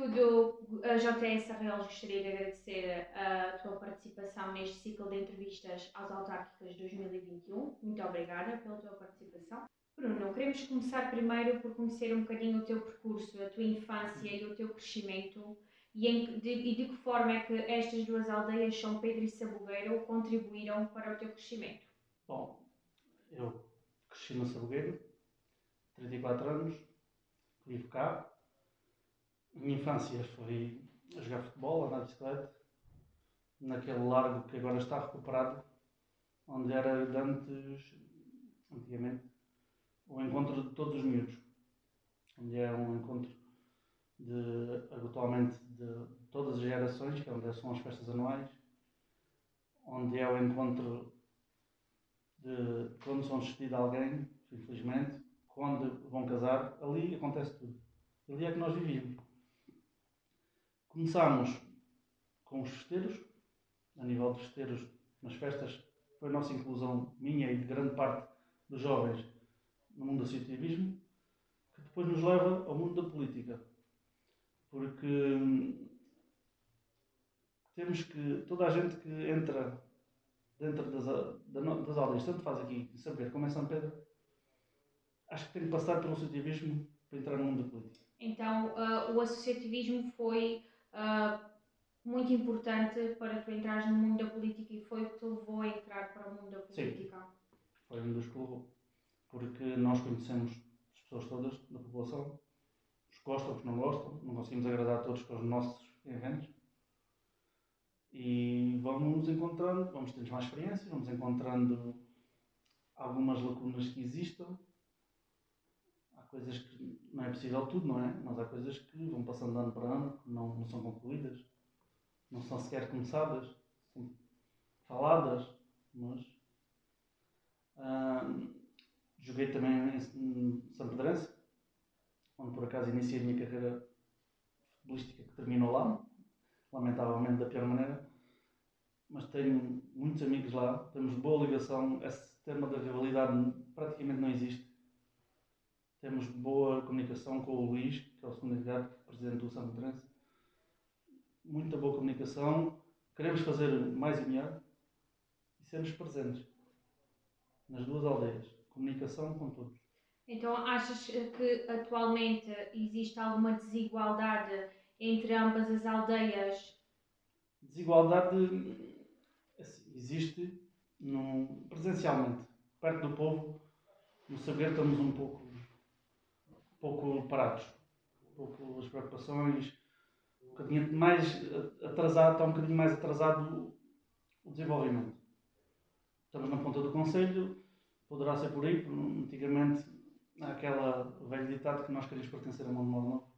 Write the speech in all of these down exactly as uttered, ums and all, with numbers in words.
tudo, a J S Arraiolos gostaria de agradecer a tua participação neste ciclo de entrevistas às autárquicas dois mil e vinte e um. Muito obrigada pela tua participação. Bruno, queremos começar primeiro por conhecer um bocadinho o teu percurso, a tua infância e o teu crescimento e, em, de, e de que forma é que estas duas aldeias, São Pedro e Sabugueiro, contribuíram para o teu crescimento. Bom, eu cresci no Sabugueiro, trinta e quatro anos, vivo cá. A minha infância foi a jogar futebol, a andar de bicicleta, naquele largo que agora está recuperado, onde era de antes, antigamente, o encontro de todos os miúdos, onde é um encontro de, habitualmente, de todas as gerações, que é onde são as festas anuais, onde é o encontro de quando são despedidos de alguém, infelizmente, quando vão casar, ali acontece tudo. Ali é que nós vivíamos. Começámos com os festeiros, a nível de festeiros nas festas, foi a nossa inclusão, minha e de grande parte dos jovens, no mundo do associativismo, que depois nos leva ao mundo da política. Porque hum, temos que, toda a gente que entra dentro das, das aldeias, tanto faz aqui em São Pedro como em São Pedro, acho que tem que passar pelo associativismo para entrar no mundo da política. Então, uh, o associativismo foi uh, muito importante para tu entrares no mundo da política e foi o que te levou a entrar para o mundo da política? Sim, foi um dos que levou. Porque nós conhecemos as pessoas todas da população, os que gostam, os que não gostam, não conseguimos agradar a todos com os nossos eventos. E vamos encontrando, vamos tendo mais experiências, vamos encontrando algumas lacunas que existam. Há coisas que não é possível tudo, não é? Mas há coisas que vão passando de ano para ano, que não, não são concluídas, não são sequer começadas, são faladas, mas... Hum, joguei também em São Pedrense, onde por acaso iniciei a minha carreira futebolística, que terminou lá, lamentavelmente da pior maneira, mas tenho muitos amigos lá, temos boa ligação, esse tema da rivalidade praticamente não existe. Temos boa comunicação com o Luís, que é o segundo enviado, presidente do São Pedrense. Muita boa comunicação, queremos fazer mais e melhor e sermos presentes nas duas aldeias. Comunicação com todos. Então, achas que atualmente existe alguma desigualdade entre ambas as aldeias? Desigualdade assim, existe no, presencialmente, perto do povo. No saber estamos um pouco, um pouco parados, um pouco as preocupações, um bocadinho mais atrasado, está um bocadinho mais atrasado o desenvolvimento. Estamos na ponta do concelho, poderá ser por aí, porque antigamente há aquela velha ditado que nós queremos pertencer a mundo novo.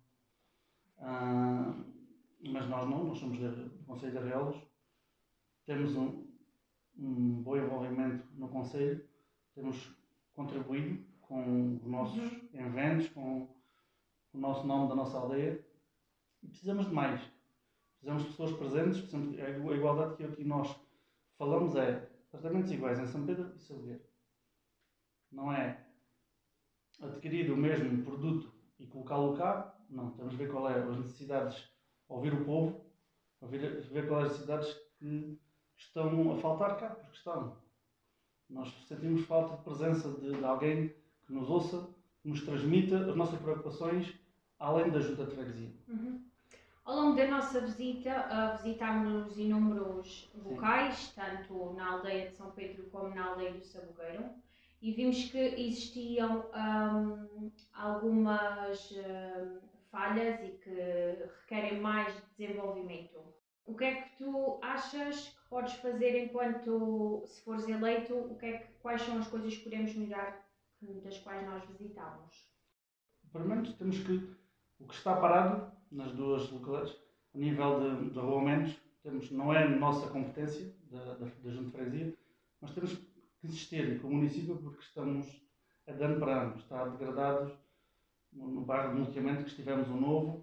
Ah, mas nós não, nós somos do Conselho de Arraiolos, temos um, um bom envolvimento no Conselho, temos contribuído com os nossos uhum. eventos, com o nosso nome da nossa aldeia e precisamos de mais. Precisamos de pessoas presentes, precisamos de, a igualdade que aqui nós falamos é tratamentos iguais em São Pedro e Sabugueiro. Não é adquirir o mesmo produto e colocá-lo cá, não. Temos de ver qual é as necessidades, ouvir o povo, ouvir, ver quais as necessidades que estão a faltar cá, porque estão. Nós sentimos falta de presença de, de alguém que nos ouça, que nos transmita as nossas preocupações, além da junta de freguesia. Uhum. Ao longo da nossa visita, uh, visitámos inúmeros locais, Sim. tanto na aldeia de São Pedro como na aldeia do Sabugueiro, e vimos que existiam um, algumas uh, falhas e que requerem mais desenvolvimento. O que é que tu achas que podes fazer enquanto, se fores eleito, o que é que, quais são as coisas que podemos melhorar das quais nós visitamos? Primeiro, temos que, o que está parado nas duas localidades, a nível de, de regulamentos, temos, não é nossa competência da, da, da Junta de Freguesia, mas temos que insistir com o município porque estamos a de ano para ano, está degradados no, no bairro de multiamento que estivemos um novo,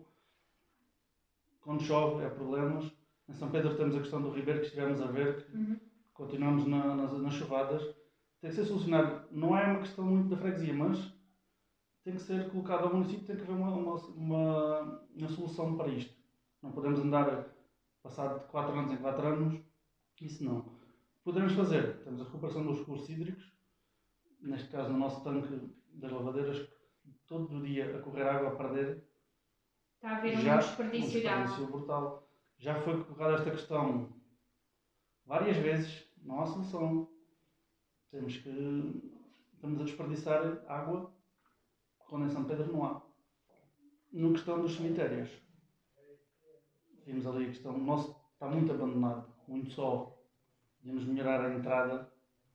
quando chove é problemas. Em São Pedro temos a questão do Ribeiro que estivemos a ver, que uhum. continuamos na, nas, nas chuvadas. Tem que ser solucionado. Não é uma questão muito da freguesia, mas tem que ser colocado ao município, tem que haver uma, uma, uma, uma solução para isto. Não podemos andar, passado de quatro anos em quatro anos, isso não. Podemos fazer, temos a recuperação dos recursos hídricos, neste caso no nosso tanque das lavadeiras, todo o dia a correr água a perder. Está a haver um já, desperdício de água. Um desperdício brutal. Já foi colocada esta questão várias vezes, não há solução. Temos que... Estamos a desperdiçar água quando em São Pedro não há. No questão dos cemitérios, vimos ali a questão, o nosso está muito abandonado, muito só. Devíamos melhorar a entrada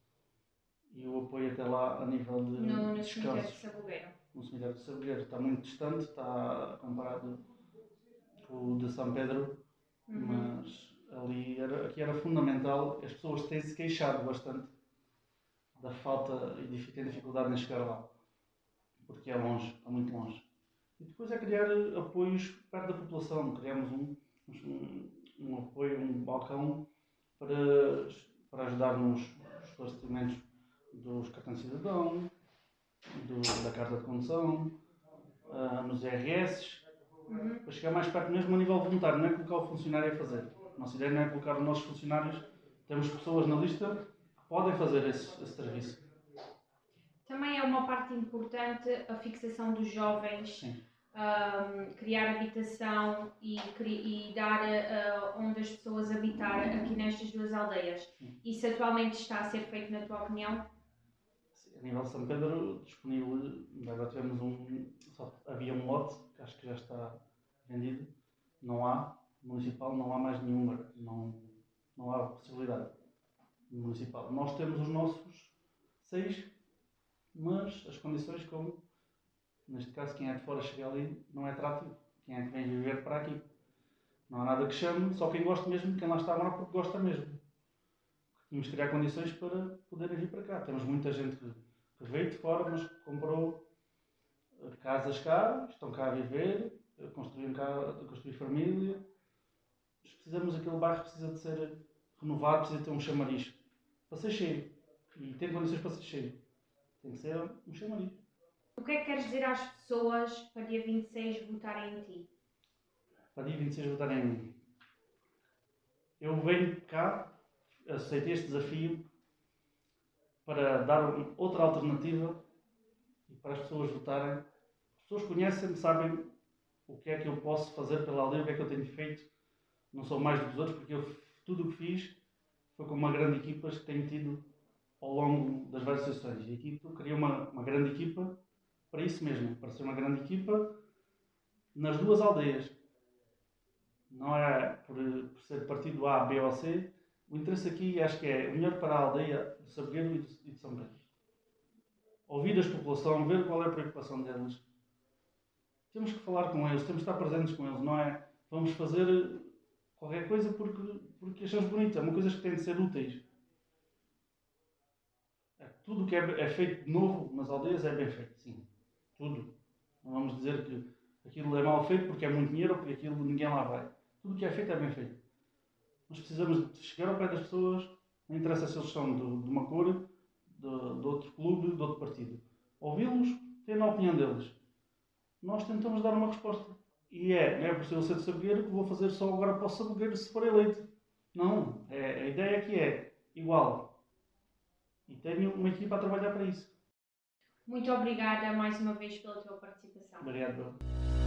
e o apoio até lá a nível de no, no descansos. cemitério de Sabugueiro. No cemitério de Sabugueiro está muito distante, está comparado com o de São Pedro, uhum. Mas ali era, aqui era fundamental. As pessoas têm-se queixado bastante da falta e têm dificuldade em chegar lá, porque é longe, é muito longe. E depois é criar apoios perto da população. Criamos um, um, um apoio, um balcão para, para ajudar nos esclarecimentos dos cartões de cidadão, do, da carta de condução, uh, nos I R S, uhum. Para chegar mais perto mesmo a nível voluntário, não é colocar o funcionário a fazer. A nossa ideia não é colocar os nossos funcionários, temos pessoas na lista que podem fazer esse, esse serviço. Também é uma parte importante a fixação dos jovens, um, criar habitação e, e dar uh, onde as pessoas habitar aqui nestas duas aldeias. Sim. Isso atualmente está a ser feito, na tua opinião? Sim, a nível de São Pedro, disponível, agora tivemos um, só havia um lote, que acho que já está vendido, não há, municipal, não há mais nenhuma, não, não há possibilidade municipal. Nós temos os nossos seis, mas as condições, como neste caso quem é de fora chega ali, não é atrativo. Quem é que vem viver para aqui? Não há nada que chame, só quem gosta mesmo, quem lá está agora porque gosta mesmo. Temos que criar condições para poderem vir para cá. Temos muita gente que, que veio de fora, mas comprou casas cá, estão cá a viver, construíram cá, construir família. Mas precisamos, aquele bairro precisa de ser renovado, precisa de ter um chamariz para ser cheio. E tem condições para ser cheio. Tem que ser um chamariz. O que é que queres dizer às pessoas para dia vinte e seis votarem em ti? Para dia vinte e seis votarem em mim. Eu venho cá, aceitei este desafio para dar outra alternativa e para as pessoas votarem. As pessoas conhecem-me, sabem o que é que eu posso fazer pela aldeia, o que é que eu tenho feito. Não sou mais do que os outros, porque eu, tudo o que fiz foi com uma grande equipa que tenho tido ao longo das várias sessões. E aqui eu queria uma, uma grande equipa para isso mesmo, para ser uma grande equipa nas duas aldeias. Não é por, por ser partido A, B ou C. O interesse aqui acho que é o melhor para a aldeia de Sabugueiro e de, e de São Pedro. Ouvir a população, ver qual é a preocupação deles. Temos que falar com eles, temos que estar presentes com eles, não é? Vamos fazer qualquer coisa porque, porque achamos bonito. É uma coisa que tem de ser úteis. É, tudo o que é, é feito de novo nas aldeias é bem feito, sim. Tudo. Não vamos dizer que aquilo é mal feito porque é muito dinheiro ou porque aquilo ninguém lá vai. Tudo o que é feito é bem feito. Nós precisamos de chegar ao pé das pessoas, não interessa se eles são de, de uma cor, de, de outro clube, de outro partido. Ouvi-los, ter a opinião deles. Nós tentamos dar uma resposta. E é, não é por ser eu ser de Sabugueiro que vou fazer só agora para o Sabugueiro se for eleito. Não, é, a ideia aqui é igual. E tenho uma equipa a trabalhar para isso. Muito obrigada mais uma vez pela tua participação. Obrigado.